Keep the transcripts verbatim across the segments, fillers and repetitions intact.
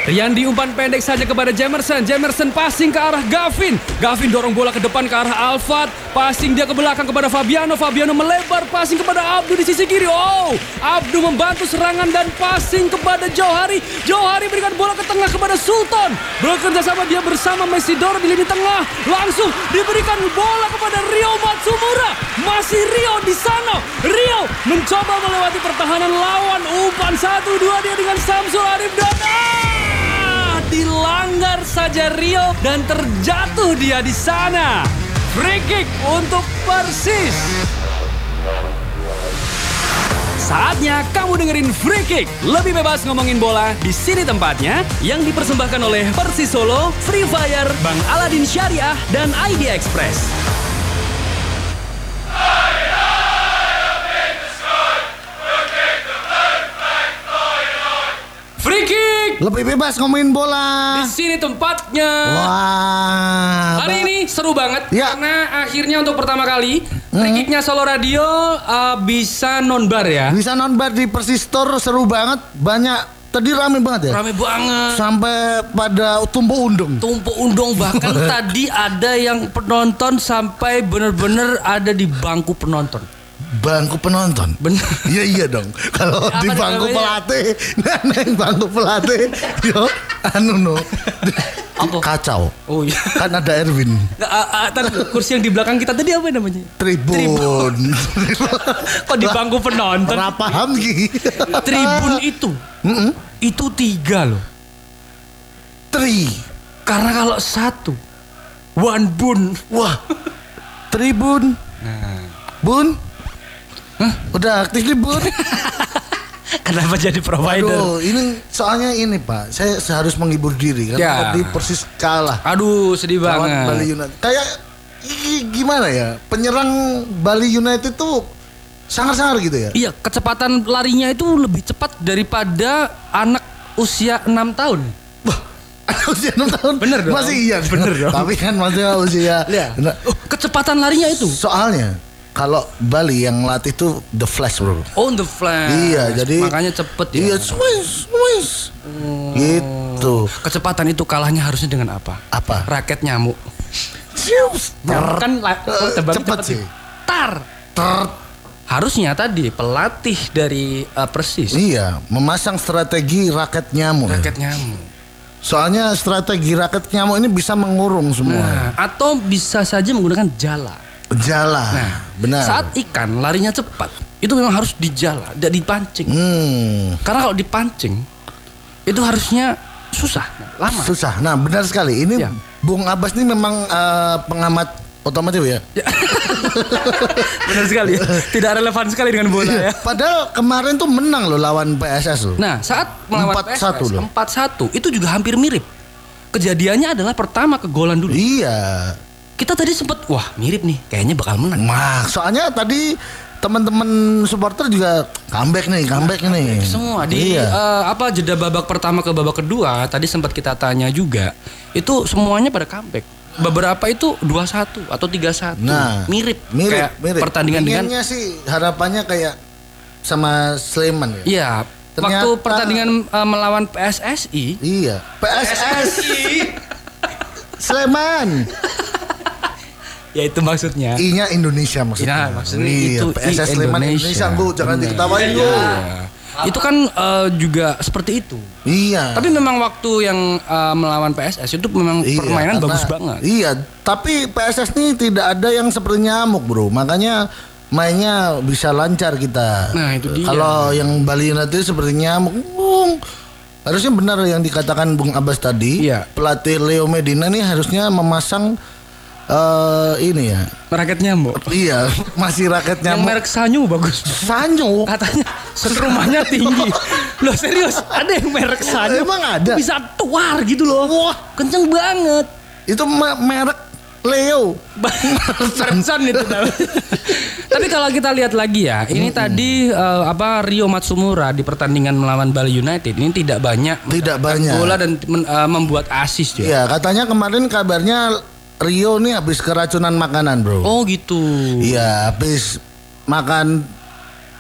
Riyandi umpan pendek saja kepada Jamerson. Jamerson passing ke arah Gavin. Gavin dorong bola ke depan ke arah Alfat. Passing dia ke belakang kepada Fabiano. Fabiano melebar passing kepada Abdu di sisi kiri. Oh, Abdu membantu serangan dan passing kepada Johari. Johari berikan bola ke tengah kepada Sultan. Bekerja sama dia bersama Mesidoro di lini tengah. Langsung diberikan bola kepada Rio Matsumura. Masih Rio di sana. Rio mencoba melewati pertahanan lawan. Umpan satu dua dia dengan Samsul Arif dan ah, dilanggar saja Rio dan terjatuh dia di sana. Free kick untuk Persis. Saatnya kamu dengerin Free Kick. Lebih bebas ngomongin bola, di sini tempatnya, yang dipersembahkan oleh Persis Solo, Free Fire, Bang Aladin Syariah, dan Idea Express. Free Kick. Lebih bebas ngomongin bola. Di sini tempatnya. Wah. Hari ini seru banget ya. Karena akhirnya untuk pertama kali Free Kicknya Solo Radio uh, bisa non-bar ya. Bisa non-bar di Persis Store, seru banget. Banyak, tadi rame banget ya. Rame banget. Sampai pada tumpuk undung. Tumpuk undung bahkan tadi ada yang penonton sampai bener-bener ada di bangku penonton. Bangku penonton. Bener. Iya iya dong. Kalau Apa di bangku namanya? pelatih, neng bangku pelatih, yo, anu no, Apa? kacau. Oh iya. Kan ada Erwin. Nggak, uh, uh, tar, kursi yang di belakang kita tadi apa namanya? Tribun. Kok di bangku penonton? Ora paham ki. Tribun itu, Mm-mm. itu tiga loh. Tri. Karena kalau satu, one bun. Wah. Tribun. Bun. Hah? Udah aktif nih Bun. Kenapa jadi provider? Aduh, ini soalnya ini Pak, saya harus menghibur diri kan. Ya. Tadi Persis kalah Aduh, sedih lawan banget. Bali United. Kayak i- gimana ya? Penyerang Bali United tuh sangar-sangar gitu ya. Iya, kecepatan larinya itu lebih cepat daripada anak usia enam tahun. Wah, usia enam tahun. Bener dong. Masih iya. Bener dong. Tapi kan maksudnya usia. Iya. Nah, Oh, kecepatan larinya itu. soalnya kalau Bali yang latih tuh The Flash bro. On the flash. Iya, jadi makanya cepet ya. Iya, swish, swish. Gitu. Kecepatan itu kalahnya harusnya dengan apa? Apa? Raket nyamuk. Siups. Nyamuk kan la- Eh, tebang cepet cepet sih. Tar. Ter. Harusnya tadi pelatih dari uh, Persis. Iya, memasang strategi raket nyamuk. Raket nyamuk. Soalnya strategi raket nyamuk ini bisa mengurung semua. Nah, atau bisa saja menggunakan jala. Jala. Nah, benar. saat ikan larinya cepat, itu memang harus dijala, tidak dipancing. Hmm, Karena kalau dipancing, itu harusnya susah, lama. susah. Nah, benar sekali. Ini Ya. Bung Abbas ini memang eh, pengamat otomotif ya. Benar sekali, ya. Tidak relevan sekali dengan bola ya. Padahal kemarin tuh menang loh lawan P S S loh. Nah, saat melawan empat satu P S S loh. empat satu itu juga hampir mirip. Kejadiannya adalah pertama kegolan dulu. Iya. Kita tadi sempat wah mirip nih, kayaknya bakal menang. Nah, soalnya tadi teman-teman supporter juga comeback nih, comeback nih. Semua di Iya. eh, apa jeda babak pertama ke babak kedua tadi sempat kita tanya juga. Itu semuanya pada comeback. Beberapa itu dua satu atau tiga satu. Nah, mirip, mirip, kayak mirip. pertandingan dengan Inginnya sih harapannya kayak sama Sleman ya. iya, Ternyata- waktu pertandingan eh, melawan P S S I. Iya, P S S Sleman. Ya itu maksudnya. I-nya Indonesia maksudnya. Iya, maksudnya Iya, itu P S S I Sleman Indonesia. Indonesia, Bu. Jangan Bener. diketawain, Bu. Iya. Itu kan eh, juga seperti itu. Iya. Tapi memang waktu yang eh, melawan P S S itu memang Iya, permainan karena- bagus banget. Iya, tapi P S S ini tidak ada yang seperti nyamuk, Bro. Makanya mainnya bisa lancar kita. Nah, itu dia. Kalau yang Bali United seperti nyamuk, bung. Harusnya benar yang dikatakan Bung Abbas tadi. Iya. Pelatih Leo Medina nih harusnya memasang eh ini ya. Raket nyamuk. Iya, masih raket Yang nyamuk. merek Sanyo bagus. Sanyo. Katanya set rumahnya tinggi. Loh serius, ada yang merek Sanyo. Emang ada? Bisa tuar gitu loh. Wah, kenceng banget. Itu me- merek Leo. Merek San itu namanya. Tapi kalau kita lihat lagi ya, ini tadi eh, apa Rio Matsumura di pertandingan melawan Bali United ini tidak banyak Tidak mendapatkan banyak. bola dan men- eh, membuat assist ya. Iya, katanya kemarin kabarnya Rio nih habis keracunan makanan, Bro. Oh gitu. Iya, habis makan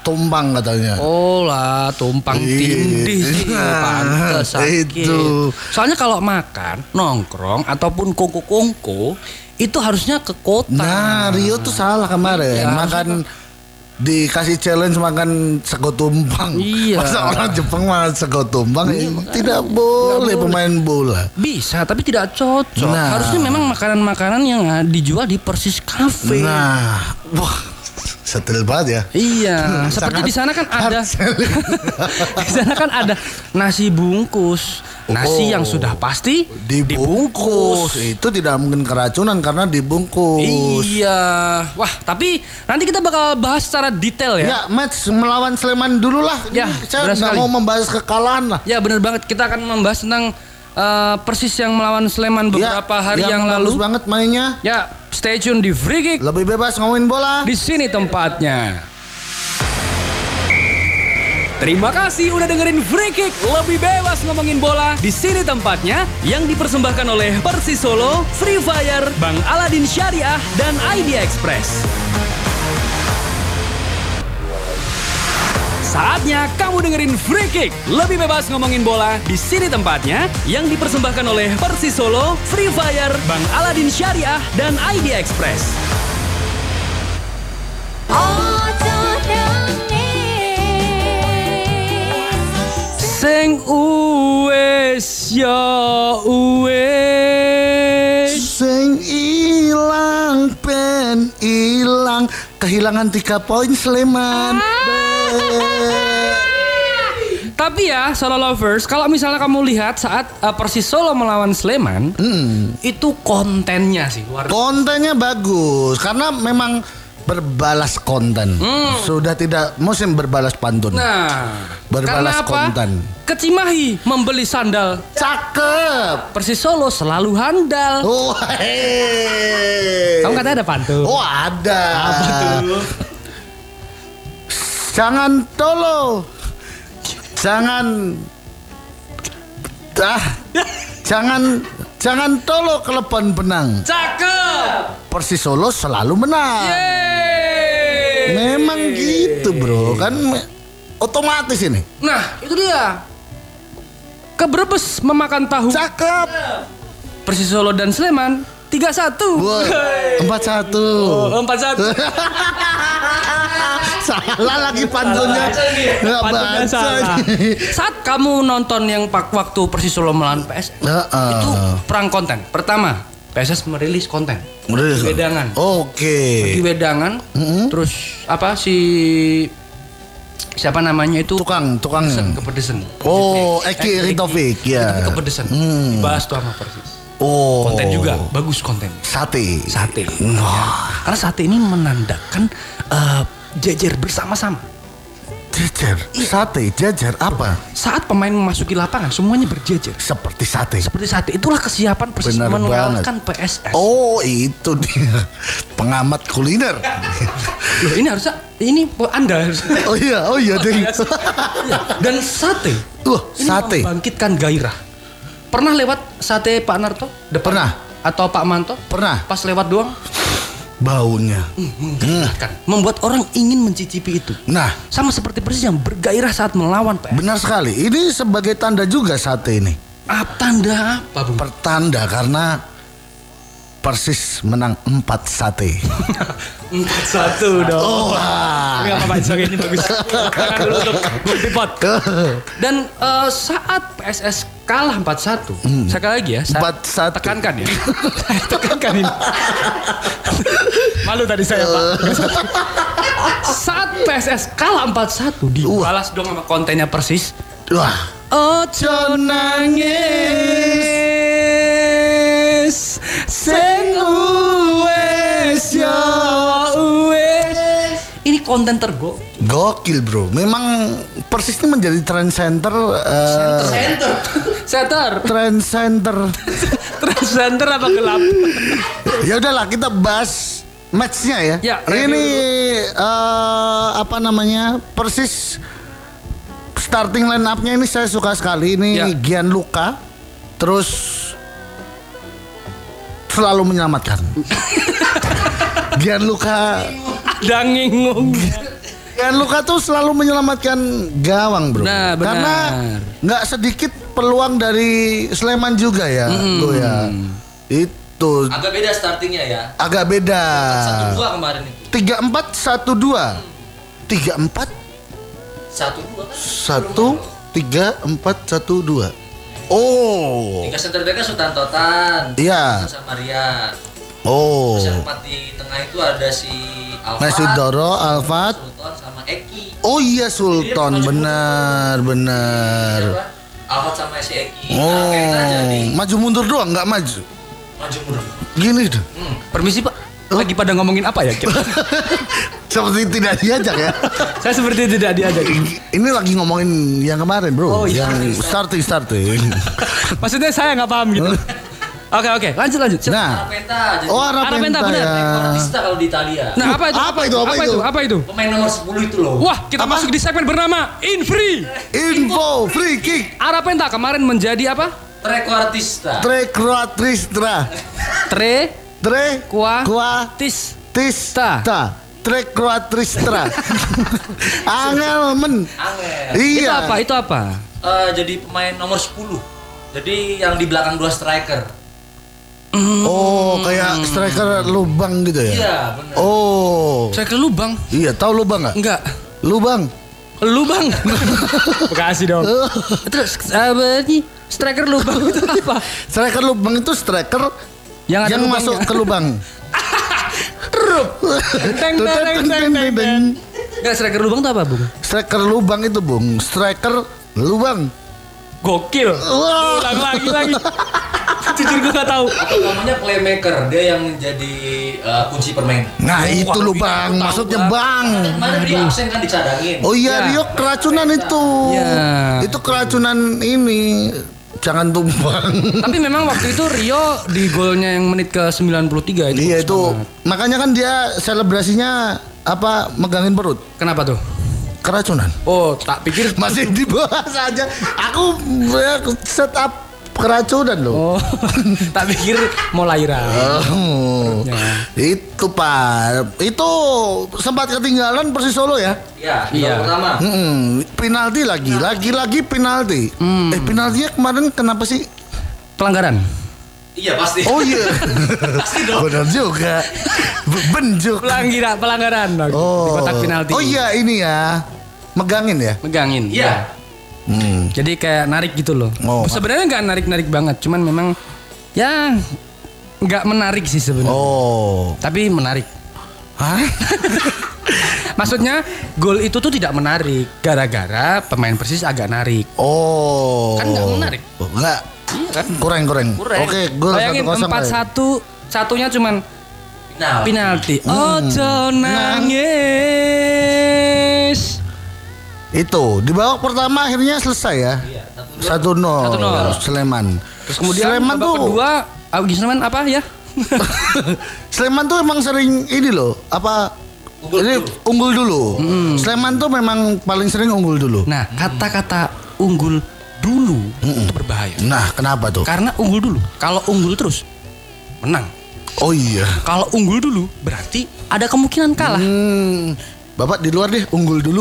tumpang katanya. Oh lah, tumpang tindih sih. Pantes sakit. Itu. Soalnya kalau makan, nongkrong ataupun kongko-kongko itu harusnya ke kota. Nah, Rio tuh salah kemarin. Iya, makan dikasih challenge makan sego tumpang. Iya. Masa orang Jepang makan sego tumpang? Iya, tidak boleh boleh. pemain bola. Bisa, tapi tidak cocok. Nah. Harusnya memang makanan-makanan yang ah, dijual di Persis Cafe. Nah, wah, setel banget ya. Iya, seperti di sana kan ada. Di sana kan ada nasi bungkus. Nasi Oh. yang sudah pasti Dibungkus. Itu tidak mungkin keracunan karena dibungkus. Iya. Wah, tapi nanti kita bakal bahas secara detail ya. Ya, match melawan Sleman dulu lah. Ya, Ini saya benar nggak sekali. mau membahas kekalahan lah. Ya, benar banget. Kita akan membahas tentang uh, Persis yang melawan Sleman beberapa Ya, hari yang, bagus lalu. banget mainnya. Ya, stay tune di Free Kick. Lebih bebas ngomongin bola. Di sini tempatnya. Terima kasih udah dengerin Free Kick, lebih bebas ngomongin bola. Di sini tempatnya yang dipersembahkan oleh Persis Solo, Free Fire, Bang Aladin Syariah, dan Idea Express. Saatnya kamu dengerin Free Kick, lebih bebas ngomongin bola. Di sini tempatnya yang dipersembahkan oleh Persis Solo, Free Fire, Bang Aladin Syariah, dan Idea Express. Sing uwes ya uwes. Sing ilang pen ilang, kehilangan tiga poin Sleman. Tapi ya, Solo Lovers, kalau misalnya kamu lihat saat uh, Persis Solo melawan Sleman, Hmm. itu kontennya sih luar biasa. Kontennya bagus karena memang berbalas konten. Sudah tidak musim berbalas pantun. Nah, Berbalas karena apa? konten. Kecimahi membeli sandal. Cakep. Persis Solo selalu handal. Oh, hey. Kamu katanya ada pantun. Oh, ada. Apa tuh? Jangan tolo. Jangan ah, jangan jangan tolo kelepan benang. Cakep. Persis Solo selalu menang. Yeay. Memang gitu, Bro. Kan me- otomatis ini. Nah, itu dia. Ke Brebes memakan tahu. Cakep. Persis Solo dan Sleman tiga satu. Wah, empat satu. Oh, empat satu. Salah lagi pantunnya. Nggak Pantunnya baca. salah. Saat kamu nonton yang pak waktu Persis Solo melawan P S S, Heeh. itu perang konten. Pertama, P S S merilis konten. Merilis. Wedangan. Oke. Di wedangan, terus apa si siapa namanya itu Tukang, tukang. kepedesan. Oh, Eki Ritofik ya. Kepedesan. Hmm. Dibahas tuh sama Persis. Oh. Konten juga bagus konten. Sate. Sate. Wah. Karena sate ini menandakan eh, jejer bersama-sama. Jajar. Sate, jajar apa? Saat pemain memasuki lapangan semuanya berjejer. Seperti sate. Seperti sate, itulah kesiapan Persis Benar mengalahkan P S S. Oh, itu dia. Pengamat kuliner. Loh, ini harusnya ini Anda harus. Oh iya, oh iya deh. Dan sate. Wah, Ini sate. membangkitkan gairah. Pernah lewat sate Pak Narto? Depan? Pernah. Atau Pak Manto? Pernah. Pas lewat doang? Baunya. Kan membuat orang ingin mencicipi itu. Nah, Sama seperti Persis yang bergairah saat melawan P S S. benar sekali. Ini sebagai tanda juga sate ini. Ah, tanda apa, Bung? Pertanda karena Persis menang empat sate. empat satu dong. Oh, wah. Ini apa-apa, ini bagus. Tangan dulu untuk multi pot. Dan eh, saat P S S kalah empat satu, sekali lagi ya, saya empat satu. tekankan ya. Saya tekankan ini. Malu tadi saya, Pak. Saat P S S kalah empat satu, dibalas dong sama kontennya Persis. Wah. Ojo nangis, sing uwes ya uwes. Ini konten tergo. Gokil, Bro. Memang Persis ini menjadi trend center eh, Center, center, trend center. center apa gelap? Ya udahlah, kita bahas matchnya ya. Ya, ini eh, apa namanya? Persis starting line up-nya ini saya suka sekali. Ini Ya. Gianluca terus selalu menyelamatkan. Gianluca Ada ngingung. Gianluca tuh selalu menyelamatkan gawang, bro. Nah, benar. Karena nggak sedikit peluang dari Sleman juga ya, Mm. tuh ya. Itu Agak beda startingnya ya. agak beda. Satu dua kemarin itu. Tiga empat satu dua. Tiga empat Satu dua kan. satu tiga empat satu dua. Oh. Tiga center backnya Sultan Totan. Iya. Sama Ria. Oh. Terus yang empat di tengah itu ada si Alfat. Mesidoro, Alfat. Sultan sama Eki. Oh iya Sultan, benar benar. Siapa? Alfat sama si Eki. Nah, Oh, kita jadi maju mundur doang, nggak maju. maju mundur. Gini tuh. Hmm. Permisi Pak, lagi pada ngomongin apa ya kita? Seperti tidak diajak ya. Saya seperti tidak diajak. Ini lagi ngomongin yang kemarin, bro. Oh, iya. Yang starting starting. Maksudnya saya nggak paham gitu. Oke oke, lanjut lanjut. Siap. Nah, Arapenta jadi oh Arapenta, Arapenta benar. ya. artista kalau di Italia. Nah apa itu? Apa itu, apa Apa itu? itu? Apa itu? Pemain nomor sepuluh itu loh. Wah, kita masuk di segmen bernama Infree. Info free kick. Arapenta kemarin menjadi apa? Trequartista. Tre Croatristra. Tre Tre Qua Qua Tis. Tis Ta. Ta. Tre Croatristra. Angel men. Angel. Itu Iya. apa? Itu apa? Eh, jadi pemain nomor sepuluh. Jadi yang di belakang dua striker. Oh, kayak striker lubang gitu ya? Iya, benar. Oh. Saya ke lubang. Iya, tahu lubang nggak? Enggak. Lubang. Lubang. Bekasi dong. Terus apa nih? Striker lubang itu apa? Striker lubang itu striker Yang ada yang lubangnya. masuk ke lubang. Rup. Teng teng teng teng teng, teng. Enggak, striker lubang itu apa, Bung? Striker lubang itu, Bung. Striker lubang. Gokil. Wah. Ulang lagi lagi. Jujur gue gak tahu. Atau namanya playmaker, dia yang jadi eh, kunci permainan. Nah, Oh, itu wah, lubang, tahu, maksudnya Bang. bang. Kemarin dia absen kan dicadangin. Oh iya, Ya. Rio keracunan itu. Ya. Itu keracunan ini. Jangan tumbang. Tapi memang waktu itu Rio di golnya yang menit ke sembilan puluh tiga itu. Iya bagus itu. banget. Makanya kan dia selebrasinya apa megangin perut. Kenapa tuh? Keracunan. Oh, tak pikir Masih dibahas aja. Aku ya, setup keracunan loh. Oh, tak pikir mau lahiran. Oh, itu Pak. Itu sempat ketinggalan Persis Solo ya. Iya, di Iya. babak pertama. Mm-mm. Penalti lagi, lagi-lagi penalti. Eh penaltinya kemarin kenapa sih? Pelanggaran. Iya pasti. Oh iya, Pasti dong. benar juga. Be- Benjuk. Pelanggaran, pelanggaran. Di Oh, kotak penalti. oh iya ini ya, megangin ya. Megangin. Iya. Hmm. Jadi kayak narik gitu loh. Oh. Sebenarnya nggak narik-narik banget, cuman memang ya nggak menarik sih sebenarnya. Oh, Tapi menarik. hah? Maksudnya gol itu tuh tidak menarik gara-gara pemain Persis agak narik. Oh, Kan nggak menarik. Oh, nggak. Iya kan? Kurang kurang. Kurang. Oke, gol Bayangin satu kosong. empat satu, satunya cuman Final. penalti. Hmm. Ojo nangis. Itu di babak pertama akhirnya selesai ya. Iya, Satu satu nol. Satu nol. Sleman. Terus kemudian Sleman babak tuh kedua, Augie Sleman apa ya? Sleman tuh emang sering ini loh, apa Unggul ini dulu. unggul dulu. Sleman tuh memang paling sering unggul dulu. Nah, kata-kata unggul dulu itu berbahaya. Nah, kenapa tuh? Karena unggul dulu. Kalau unggul terus menang. Oh iya. Kalau unggul dulu berarti ada kemungkinan kalah. Hmm, Bapak di luar deh, unggul dulu.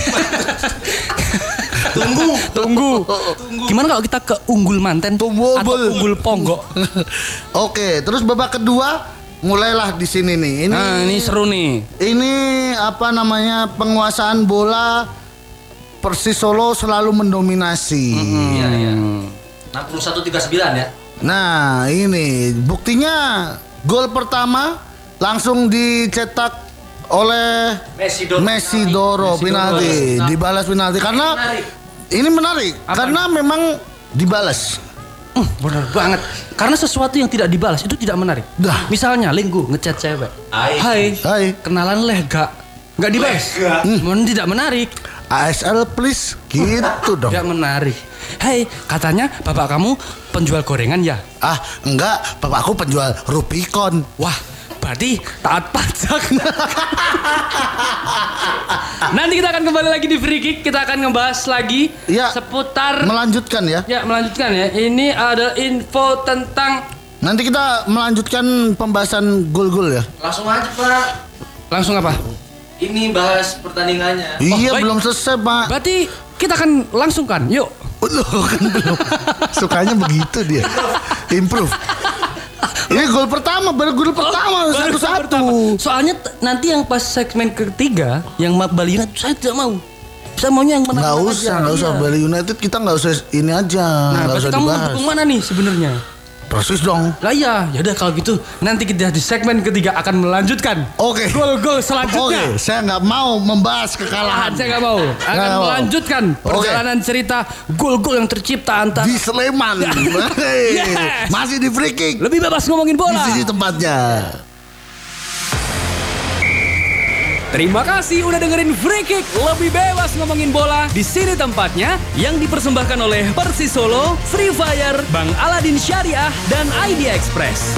Tunggu, tunggu. Gimana kalau kita ke unggul manten Tumbul. atau unggul ponggok? Oke, terus babak kedua mulailah di sini nih. Ini Nah, ini seru nih. ini apa namanya penguasaan bola Persis Solo selalu mendominasi. Iya, iya. enam puluh satu tiga puluh sembilan ya. Nah, ini buktinya gol pertama langsung dicetak oleh Messi Doro. Messi Doro penalti, dibalas penalti karena Menarik. ini menarik Apa? karena memang dibalas. Uh, benar banget. Karena sesuatu yang tidak dibalas itu tidak menarik. Dah. Misalnya Linggu ngechat cewek. Hai. Hai. Hai, Kenalan leh gak? Gak dibalas. Lega. Hmm. Tidak menarik. A S L please, gitu dong. Tidak menarik. Hei, katanya bapak kamu penjual gorengan ya? Ah, enggak, bapakku penjual Rubicon. Wah, berarti taat pajak. Nanti kita akan kembali lagi di Free Kick. Kita akan ngebahas lagi Ya. seputar. Melanjutkan ya. Ya, melanjutkan ya. Ini ada info tentang. Nanti kita melanjutkan pembahasan gol-gol ya. Langsung aja Pak. Langsung apa? ini bahas pertandingannya. Iya, baik. belum selesai, Pak. Berarti kita akan langsung kan, yuk. Loh, kan belum. Sukanya begitu dia. Improve. Ini gol pertama, baru gol pertama Baru satu-satu. pertama. Soalnya t- nanti yang pas segmen ketiga yang ma- Bali United saya tidak mau. Saya maunya yang menang. Nggak usah, nggak usah Bali United, kita nggak usah ini aja, Nah, nggak berarti usah kamu dibahas. mendukung mana nih sebenarnya? Persis dong. Lah iya, ya udah kalau gitu nanti kita di segmen ketiga akan melanjutkan. Oke. Gol-gol Oke, selanjutnya. saya nggak mau membahas kekalahan. Saya nggak mau. Akan Nggak mau. melanjutkan perjalanan cerita gol-gol yang tercipta antara Di Sleman. Hey, Yes. masih di free kick. lebih bebas ngomongin Di bola. sini tempatnya. Terima kasih udah dengerin Free Kick, lebih bebas ngomongin bola. Di sini tempatnya yang dipersembahkan oleh Persis Solo, Free Fire, Bang Aladin Syariah, dan Idea Express.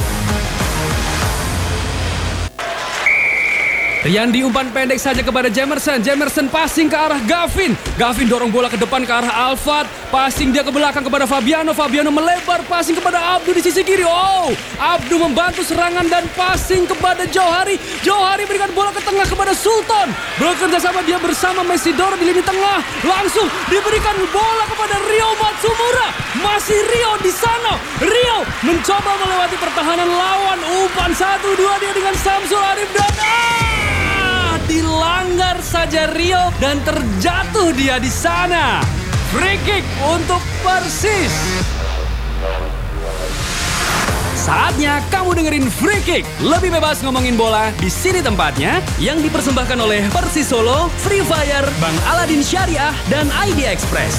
Rian diumpan pendek saja kepada Jemerson. Jemerson passing ke arah Gavin. Gavin dorong bola ke depan ke arah Alfat. Passing dia ke belakang kepada Fabiano. Fabiano melebar passing kepada Abdu di sisi kiri. Oh, Abdu membantu serangan dan passing kepada Johari. Johari berikan bola ke tengah kepada Sultan. Bekerja sama dia bersama Mesidoro di lini tengah. Langsung diberikan bola kepada Rio Matsumura. Masih Rio di sana. Rio mencoba melewati pertahanan lawan. Umpan satu dua dia dengan Samsul Arif dan ah, dilanggar saja Rio dan terjatuh dia di sana. Free kick untuk Persis. Saatnya kamu dengerin Free Kick, lebih bebas ngomongin bola. Di sini tempatnya yang dipersembahkan oleh Persis Solo, Free Fire, Bang Aladin Syariah, dan Idea Express.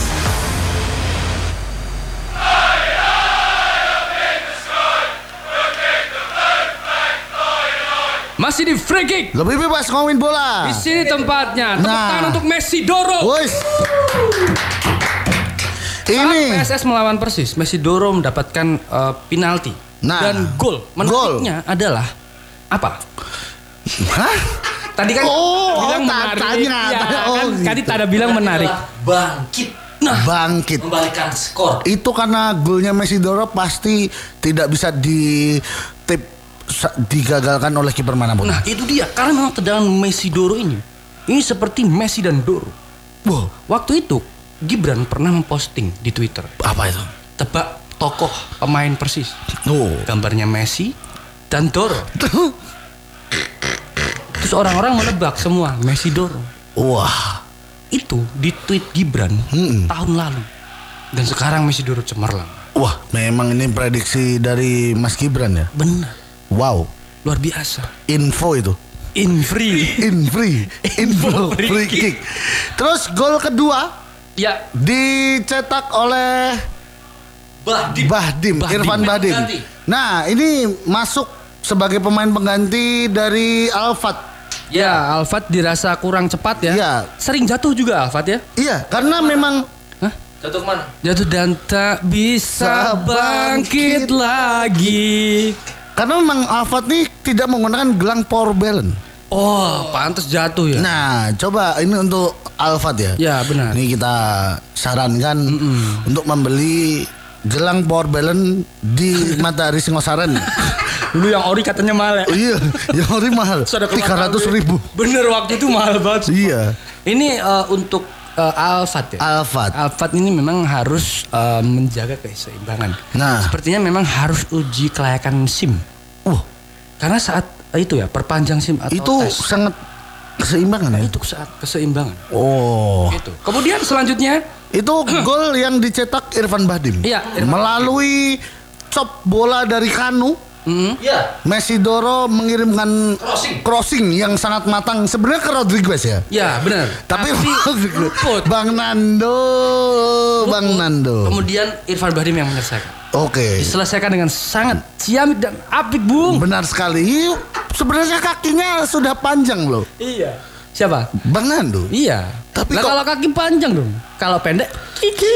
Masih di Free Kick. Lebih bebas ngomongin bola. Di sini tempatnya. Tepuk Nah. tangan untuk Mesidoro. Woi. Saat Ini P S S melawan Persis, Mesidoro mendapatkan uh, penalti Nah. dan gol. Menariknya adalah apa? Hah? Tadi kan Oh, bilang oh, menarik. tanya, Ya, tanya. Oh, kan, gitu. tadi Tada bilang menarik. Bangkit. Nah, Bangkit. Membalikan skor. Itu karena golnya Mesidoro pasti tidak bisa di tip sa- digagalkan oleh kiper manapun. nah itu dia. Karena memang tendangan Mesidoro ini, ini seperti Messi dan Doro. Wow, Waktu itu Gibran pernah memposting di Twitter. apa itu? Tebak tokoh pemain Persis. Oh. Gambarnya Messi dan Doro. Terus orang-orang menebak semua Messi Doro. Wah, Itu di tweet Gibran Mm-mm. tahun lalu. Dan sekarang Messi Doro cemerlang. wah, memang ini prediksi dari Mas Gibran ya. Benar. Wow, Luar biasa. info itu. In free. In free, info Free free kick. Terus gol kedua Ya, dicetak oleh Bahdim. Bahdim, Bahdim. Irfan Bahdim. Pengganti. Nah, ini masuk sebagai pemain pengganti dari Alfat. ya Alfat dirasa kurang cepat ya. Iya. Sering jatuh juga Alfat ya. Iya, karena memang Jatuh kemana? Jatuh dan tak bisa Bisa bangkit bangkit lagi. karena memang Alfat nih tidak menggunakan gelang power balance. Oh, pantas jatuh ya. Nah, coba ini untuk Alfat ya. Ya, benar. Ini kita sarankan untuk membeli gelang power balance di Matahari Singosaren. Dulu yang ori katanya mahal ya. Oh iya, yang ori mahal. Terus ada keluar tiga ratus kabel. ribu. Bener, waktu itu mahal banget. Iya, Ini eh, untuk eh, Alfat ya. Alfat. Alfat ini memang harus eh, menjaga keseimbangan. Nah. Sepertinya memang harus uji kelayakan SIM. Wah, Karena saat eh, itu ya perpanjang SIM atau itu tes sangat keseimbangan ya. itu saat keseimbangan. Oh, Gitu. Kemudian selanjutnya itu gol yang dicetak Irfan Bahdim. Iya, Irfan Melalui chop bola dari Kanu. mm, Ya. Mesidoro mengirimkan Crossing. crossing yang sangat matang sebenarnya ke Rodriguez ya. ya benar. Tapi, luput. Bang Nando, Bang Luput. Nando. Kemudian Irfan Bahdim yang menyelesaikan. Oke. Diselesaikan dengan sangat ciamik dan apik, Bung. Benar sekali. Sebenarnya kakinya sudah panjang loh. Iya. Siapa? Bang Nando. Iya. Tapi Lah kok- kalau kaki panjang dong. Kalau pendek kiki.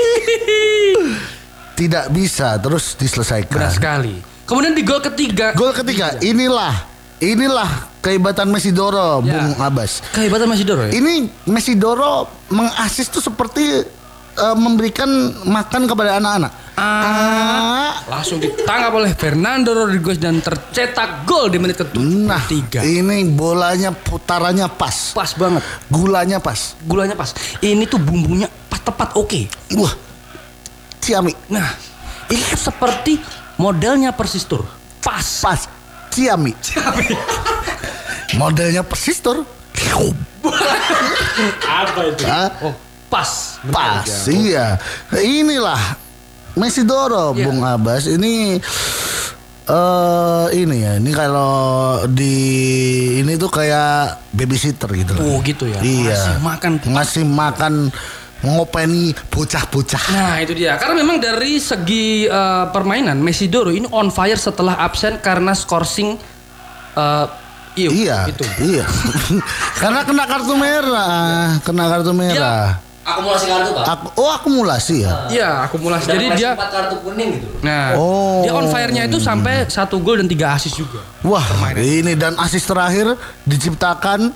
Tidak bisa terus diselesaikan. Benar sekali. Kemudian di gol ketiga. Gol ketiga, inilah inilah kehebatan Mesidoro, Ya. Bung Abbas. Kehebatan Mesidoro ya. Ini Mesidoro mengasis tuh seperti eh, memberikan makan kepada anak-anak. Ah. Langsung ditangkap oleh Fernando Rodriguez dan tercetak gol di menit ke Nah, tiga. ini bolanya putarannya pas. Pas banget. Gulanya pas. Gulanya pas. Ini tuh bumbunya pas tepat oke. Wah. Ciami. Nah, ini tuh seperti modelnya Persistur. Pas. Pas. Ciami. Modelnya Persistur. Apa itu? Hah? Oh, pas. Pas, Benar, ya. iya. Inilah Mesidoro, Iya. Bung Abbas. Ini eh ini ya, ini kalau di ini tuh kayak babysitter gitu loh. Oh, gitu ya. Iya. Ngasih makan. Ngasih makan ngopeni bocah-bocah. Nah, itu dia. Karena memang dari segi eh, permainan Mesidoro ini on fire setelah absen karena skorsing eh iyo, Iya, itu. iya. Karena kena kartu merah, kena kartu merah. Akumulasi kartu, Pak. Aku, oh akumulasi ya. Iya, akumulasi. Udah Jadi koleksi dia empat kartu kuning gitu. Nah, Oh. dia on fire-nya itu sampai satu gol dan tiga assist juga. Wah, ini dan asis terakhir diciptakan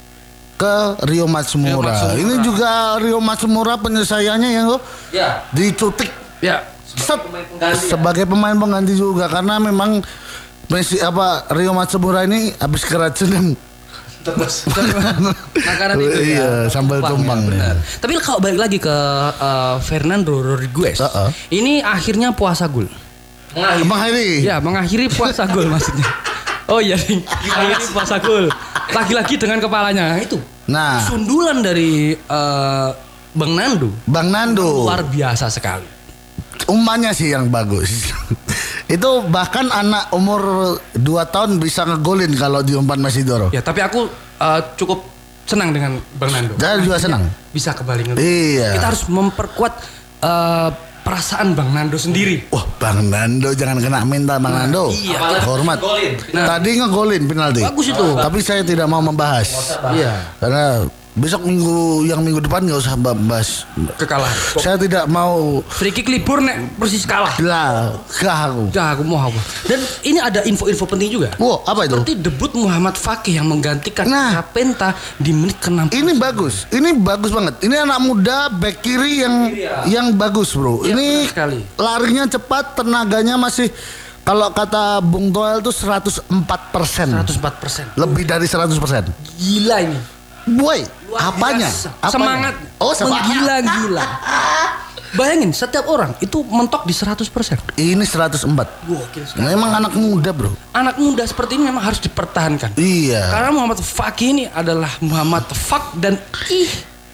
ke Rio Matsumura. Rio Matsumura. Ini juga Rio Matsumura penyelesaiannya yang lo Ya. dicutik Ya, set, pemain pengganti ya? sebagai pemain pengganti juga karena memang Messi apa Rio Matsumura ini habis keracunan. Terus. makanan itu Iya, ya. sambal Tumpang, tumpang, ya, benar. ya. Tapi kalau balik lagi ke eh, Fernando Rodriguez. Uh-uh. Ini akhirnya puasa gol. Mengakhiri. Mengakhiri. Ya, mengakhiri puasa gol maksudnya. Oh iya, Ring. Mengakhiri puasa gol. Lagi-lagi dengan kepalanya itu. Nah, Sundulan dari eh, Bang Nando. Bang Nando. Luar biasa sekali. Umpannya sih yang bagus. Itu bahkan anak umur dua tahun bisa ngegolin kalau diumpan Mesidoro. Ya, tapi aku eh, cukup senang dengan Bang Nando. Saya juga senang. Bisa kembali nge- Iya. Kita harus memperkuat eh, perasaan Bang Nando sendiri. Wah, Bang Nando jangan kena minta Bang Nando. iya. Apalagi Hormat. golin. Nah. Tadi ngegolin penalti. Bagus itu. Tapi saya tidak mau membahas. Iya. Karena besok minggu yang minggu depan nggak usah bahas. Kekalahan. Saya tidak mau Free kick libur nek Persis kalah. lah kah aku. Ya, aku mau apa. Dan ini ada info-info penting juga. Wow, apa itu? Seperti debut Muhammad Fakih yang menggantikan Nah. Kapenta di menit ke-enam. Ini bagus. Ini bagus banget. Ini anak muda back kiri yang yang bagus, Bro. Iya, Ini benar sekali. larinya cepat, tenaganya masih kalau kata Bung Toel tuh seratus empat persen. seratus empat persen. Lebih dari seratus persen. Gila ini. Boy, Luar apanya? biasa. Apanya? Semangat. Oh, semangat. Menggila-gila. Bayangin setiap orang itu mentok di seratus persen. Ini seratus empat. Gokil sekali. Memang anak muda, Bro. Anak muda seperti ini memang harus dipertahankan. Iya. Karena Muhammad Fakih ini adalah Muhammad Fak dan ih.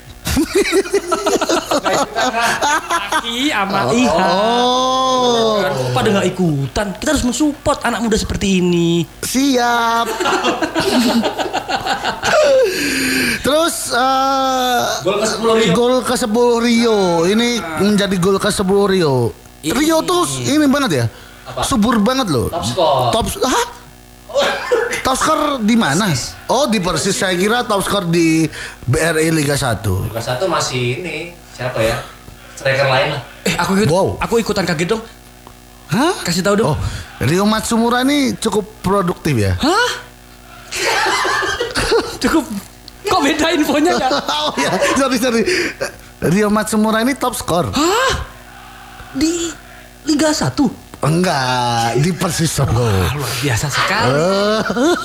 Fakih sama Iha. Oh, Pada nggak ikutan. Kita harus mensupport anak muda seperti ini. siap. Terus eh, Gol ke sepuluh Rio. gol ke sepuluh Rio. Ini menjadi gol ke sepuluh Rio. Ini- Rio tuh ini banget ya. Subur banget loh. Top score. Top Hah? Top skor di mana? Oh, di Persis. Saya kira top skor di B R I Liga satu. Liga satu masih ini siapa ya? Striker lain lah. Eh, aku ikut, Wow. aku ikutan kaget dong. Hah? Kasih tahu dong. Oh, Rio Matsumura ini cukup produktif ya. Hah? Cukup. Kok beda infonya ya? Oh ya, sorry sorry. Rio Matsumura ini top skor. Hah? Di Liga satu? Enggak, di Persis Solo. Luar biasa sekali. Eh,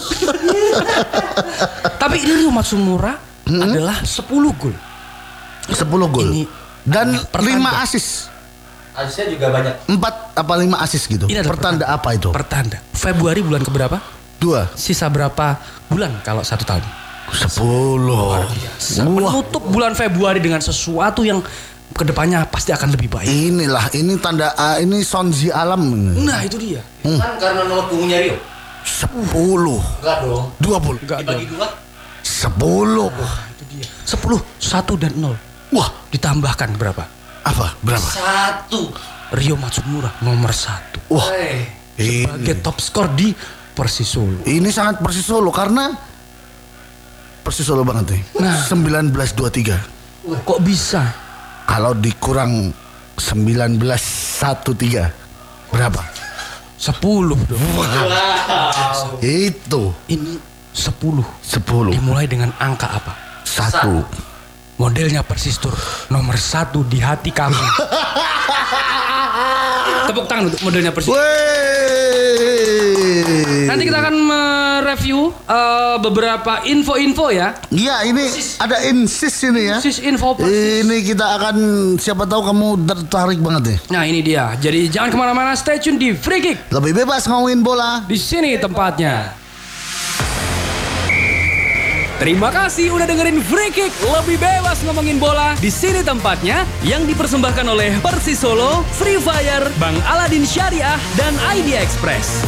Tapi ini Rio Matsumura adalah sepuluh gol. sepuluh gol. Ini Dan pertanda. lima asis. Asisnya juga banyak. Empat apa lima asis gitu. Ini adalah Pertanda apa itu? Pertanda. Februari bulan keberapa? Dua. Sisa berapa bulan kalau satu tahun? Sepuluh. Wah, Menutup bulan Februari dengan sesuatu yang kedepannya pasti akan lebih baik. inilah ini tanda ah, ini sonzi alam. Nah itu dia. Kan karena nomor punggungnya Rio. Sepuluh. Enggak dong. Dua puluh. Enggak dong. Dibagi dua. Sepuluh. Itu dia. Sepuluh, satu dan nol. Wah, Ditambahkan berapa? apa? Berapa? Satu. Rio Matsumura nomor satu. Wah, Eh. Sebagai ini, top skor di Persis Solo. ini sangat Persis Solo karena Persis Solo banget nih. Nah. sembilan belas dua puluh tiga. Kok bisa? Kalau dikurang sembilan belas satu tiga berapa? Sepuluh dong. Wow. Itu Ini sepuluh. sepuluh. Dimulai dengan angka apa? Satu. Modelnya Persistur nomor satu di hati kamu. Tepuk tangan untuk modelnya Persis. Wey. Nanti kita akan mereview uh, beberapa info-info ya. Iya, ini Persis. Ada insist ini ya. Persis info Persis. Ini kita akan, siapa tahu kamu tertarik banget nih. Nah ini dia. Jadi jangan kemana-mana, stay tune di Free Kick. Lebih bebas ngomongin bola. Di sini tempatnya. Terima kasih udah dengerin Free Kick, lebih bebas ngomongin bola. Di sini tempatnya yang dipersembahkan oleh Persis Solo, Free Fire, Bang Aladin Syariah, dan Idea Express.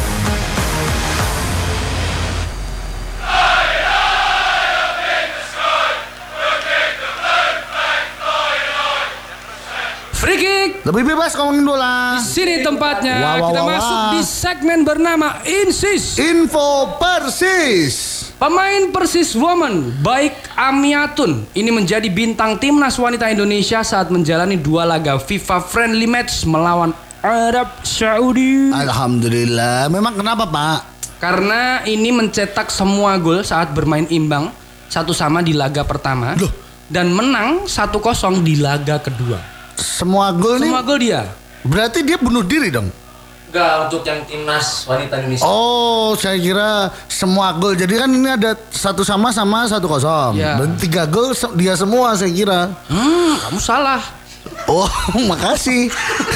Free Kick, lebih bebas ngomongin bola. di sini tempatnya. Wah, wah, Kita wah, masuk wah. di segmen bernama Insist. Info Persis. Pemain Persis Women, baik Amiatun, ini menjadi bintang timnas wanita Indonesia saat menjalani dua laga FIFA Friendly Match melawan Arab Saudi. Alhamdulillah. Memang kenapa, Pak? Karena ini mencetak semua gol saat bermain imbang satu sama di laga pertama. Loh. Dan menang satu kosong di laga kedua. Semua gol nih. Semua gol dia. Berarti dia bunuh diri dong. Enggak, untuk yang timnas wanita Indonesia. Oh, saya kira semua gol. Jadi kan ini ada satu sama sama satu kosong. Ya. Dan tiga gol se- dia semua saya kira. Hmm, kamu salah. Oh, makasih.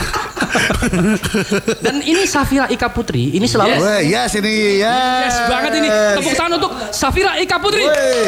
Dan ini Safira Ika Putri, ini selalu Weh, yes ini ya. yes banget ini. Tepuk tangan untuk Safira Ika Putri. Weh.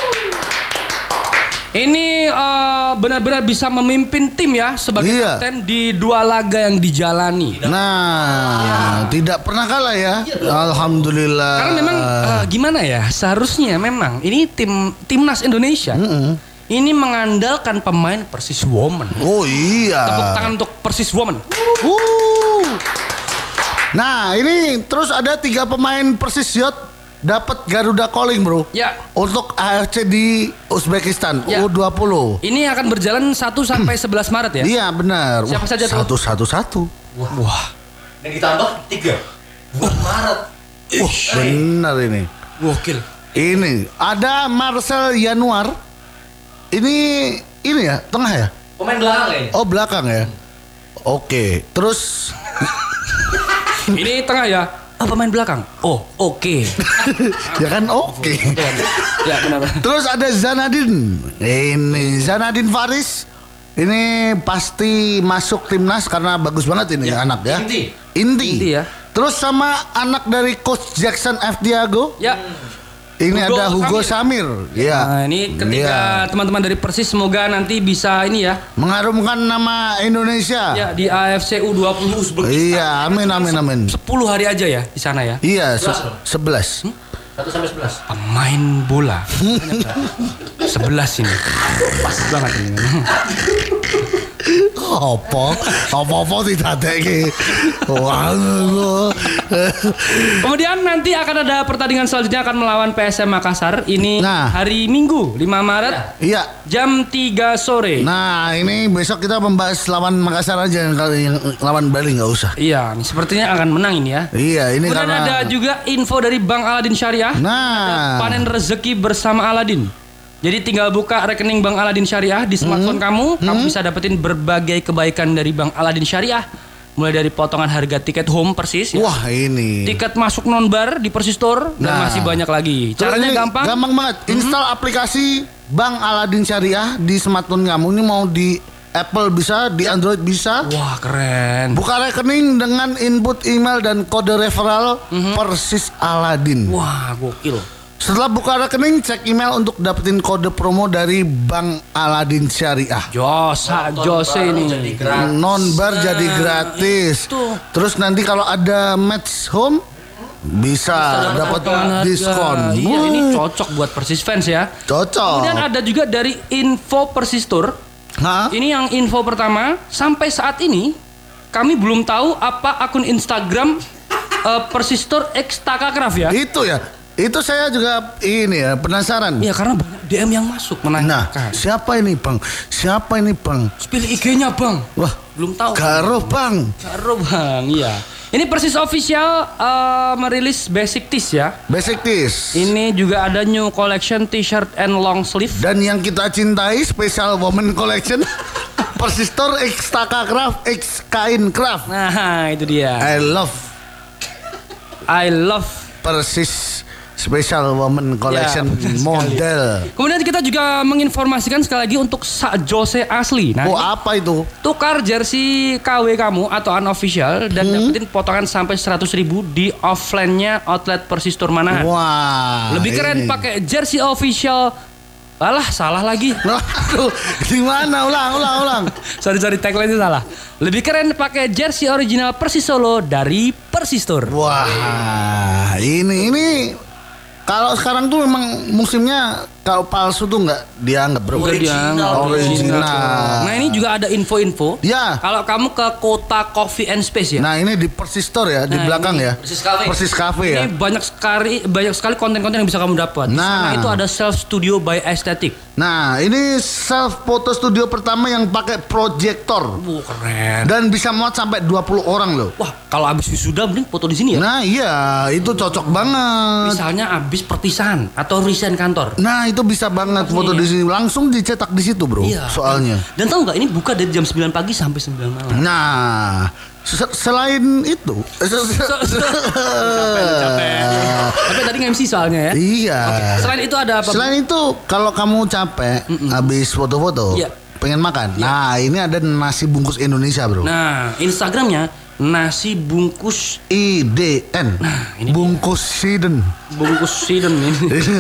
Ini uh, benar-benar bisa memimpin tim ya sebagai Iya. kapten di dua laga yang dijalani. Nah, tidak pernah kalah ya. Alhamdulillah. Karena memang uh, gimana ya, seharusnya memang ini tim timnas Indonesia Mm-mm. ini mengandalkan pemain Persis Women. Oh iya. Tepuk tangan untuk Persis Women. Uh. Nah, ini terus ada tiga pemain Persis Yacht dapat Garuda Calling, bro. Ya. Untuk A F C di Uzbekistan Ya. U dua puluh. Ini akan berjalan satu sampai sebelas Maret ya. Iya benar. Siapa Wah, saja tuh? Satu satu satu. Wah. Wah, Dan ditambah tiga. Bulan Maret. Wah, benar ini. gokil. Ini ada Marcel Januar. Ini ini ya tengah ya. Pemain belakang kayaknya. Oh belakang ya. Oke. Terus Ini tengah ya. Ah, pemain belakang. Oh, oke. ya kan oke. Ya, kenapa? Terus ada Zanadin. Ini Zanadin Faris. Ini pasti masuk timnas karena bagus banget ini Ya. anak ya. Inti. Inti. Inti ya. Terus sama anak dari Coach Jackson F. Diago. Ya. Ini Hugo ada Hugo Samir. Samir. Ya. Nah, ini ketika Iya. teman-teman dari Persis semoga nanti bisa ini ya. Mengharumkan nama Indonesia. Ya di A F C U dua puluh Uzbekistan. Iya, amin amin amin. sepuluh hari aja ya di sana ya. Iya, se- sebelas. Satu sampai sebelas. Pemain bola. sebelas ini. Pas banget ini. Apa? Apa-apa tidak ada iki. Wah. Kemudian nanti akan ada pertandingan selanjutnya akan melawan P S M Makassar. Ini Nah. hari Minggu lima Maret Iya. jam tiga sore. Nah, ini besok kita membahas lawan Makassar aja yang kali yang lawan Bali nggak usah. Iya, ini sepertinya akan menang ini ya. Iya, ini Kemudian karena ada juga info dari Bang Aladin Syariah. Nah, Panen rezeki bersama Aladin. Jadi tinggal buka rekening Bang Aladin Syariah di smartphone Hmm. kamu, kamu bisa dapetin berbagai kebaikan dari Bang Aladin Syariah. Mulai dari potongan harga tiket home Persis ya. wah ini. Tiket masuk non-bar di Persis Store dan Nah. masih banyak lagi. Terus Caranya ini gampang. Gampang banget. Install aplikasi Bang Aladin Syariah di smartphone kamu. Ini mau di Apple bisa, di Android bisa. Wah, keren. Buka rekening dengan input email dan kode referral Persis Aladin. Wah, gokil. Setelah buka rekening, cek email untuk dapetin kode promo dari Bang Aladin Syariah. Josa, Nonton Jose baru ini. jadi gratis. Non bar jadi gratis. itu. Terus nanti kalau ada match home bisa dapat Potongan harga. diskon. Iya, Wah, ini cocok buat Persis fans ya. cocok. Kemudian ada juga dari info Persis Tour. Hah? Ini yang info pertama. Sampai saat ini kami belum tahu apa akun Instagram uh, Persis Tour X Takakraf ya. Itu ya. Itu saya juga ini ya penasaran. Iya, karena banyak D M yang masuk Nah, menanyakan. siapa ini Bang? Siapa ini Bang? Pilih I G-nya Bang. Wah, Belum tahu. Garo Bang. Karo Bang, iya. Ini Persis Official uh, merilis Basic Tees ya. Basic Tees. Ini juga ada new collection T-shirt and long sleeve. Dan yang kita cintai Special Woman Collection Persistor X Taka Craft X Kain Craft. Nah, itu dia. I love I love Persis Special Woman Collection Ya, benar sekali. model. Kemudian kita juga menginformasikan sekali lagi untuk Sak Jose asli. Nah, Oh, apa itu? tukar jersey K W kamu atau unofficial dan Hmm. dapetin potongan sampai seratus ribu di offline-nya outlet Persistor Manahan. Wah. Lebih keren ini. pakai jersey official. Alah, salah lagi. Aduh, gimana? Ulang, ulang, ulang. sorry sorry tagline-nya salah. Lebih keren pakai jersey original Persis Solo dari Persistor. Wah, ini ini kalau sekarang tuh memang musimnya kalau palsu tuh nggak dianggap bro. Udah dianggap Original. Nah, ini juga ada info-info. Ya. Kalau kamu ke Kota Coffee and Space ya. Nah ini di Persistor ya, di Nah, belakang ini ya. Persis Cafe. Persis Cafe ya. Ini banyak sekali banyak sekali konten-konten yang bisa kamu dapat. Di sana Nah. itu ada self studio by Aesthetic. Nah ini self photo studio pertama yang pakai proyektor Wah, keren. dan bisa muat sampai dua puluh orang loh. Wah, kalau habis wisuda mending foto di sini ya. Nah iya itu cocok banget. Misalnya habis perpisahan atau resign kantor. Nah itu bisa banget foto Iya. di sini langsung dicetak di situ bro. Soalnya. Dan tahu nggak ini buka dari jam sembilan pagi sampai sembilan malam. Nah se- selain itu, se- se- Capek. Tapi tadi nge-M C soalnya ya. iya. Selain itu ada apa? Selain itu kalau kamu capek habis foto-foto, Iya. pengen makan. Nah ini ada nasi bungkus Indonesia bro. Nah, Instagramnya nasi bungkus I D N. Nah, ini bungkus Siden. bungkus sidon ini.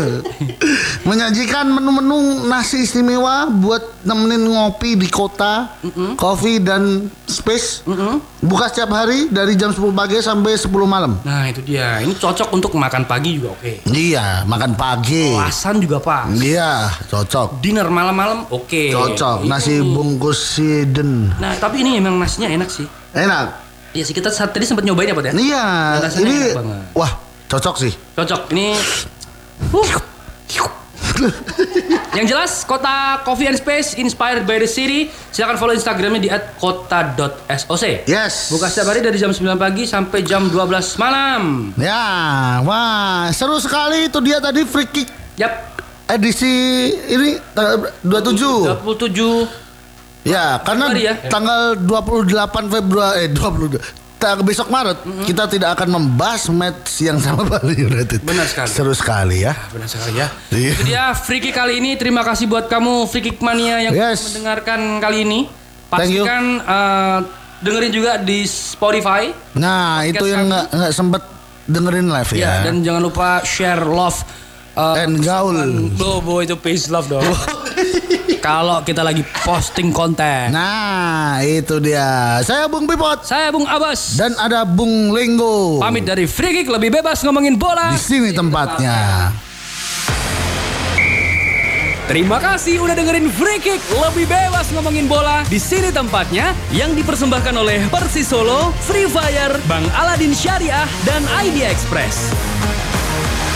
Menyajikan menu-menu nasi istimewa buat nemenin ngopi di kota, coffee dan space. Buka setiap hari dari jam sepuluh pagi sampai sepuluh malam. Nah, itu dia. Ini cocok untuk makan pagi juga oke. Iya, makan pagi. Kelasan juga pas. Iya, cocok. Dinner malam-malam oke. Cocok. Itu. Nasi bungkus Siden. Nah, tapi ini emang nasinya enak sih. Enak. Iya sih, kita saat tadi sempat nyobain ya, Pak ya? Iya, rasanya ini enak banget. wah, cocok sih. Cocok. Ini uh. Yang jelas Kota Coffee and Space inspired by the city. Silakan follow Instagramnya di at kota dot soc. Yes. Buka setiap hari dari jam sembilan pagi sampai jam dua belas malam. Ya, wah, seru sekali itu dia tadi free kick Yap. edisi ini tanggal dua puluh tujuh. dua puluh tujuh Ya, karena Februari ya? tanggal dua puluh delapan Februari eh dua puluh tanggal besok Maret kita tidak akan membahas match yang sama Bali United. Benar sekali. Seru sekali ya. Benar sekali ya. Iya. Itu dia free kick kali ini. Terima kasih buat kamu free kick mania yang Yes. mendengarkan kali ini. Thank you. Pastikan eh, dengerin juga di Spotify. Nah, itu yang nggak nggak sempet dengerin live ya. Ya, dan jangan lupa share love uh, And gaul. Bobo itu peace love dong. Kalau kita lagi posting konten. Nah, itu dia. Saya Bung Pipot Saya Bung Abbas. dan ada Bung Lenggo. Pamit dari Free Kick, lebih bebas ngomongin bola. Di sini tempatnya. Terima kasih udah dengerin Free Kick, lebih bebas ngomongin bola. Di sini tempatnya yang dipersembahkan oleh Persis Solo, Free Fire, Bang Aladin Syariah, dan Idea Express.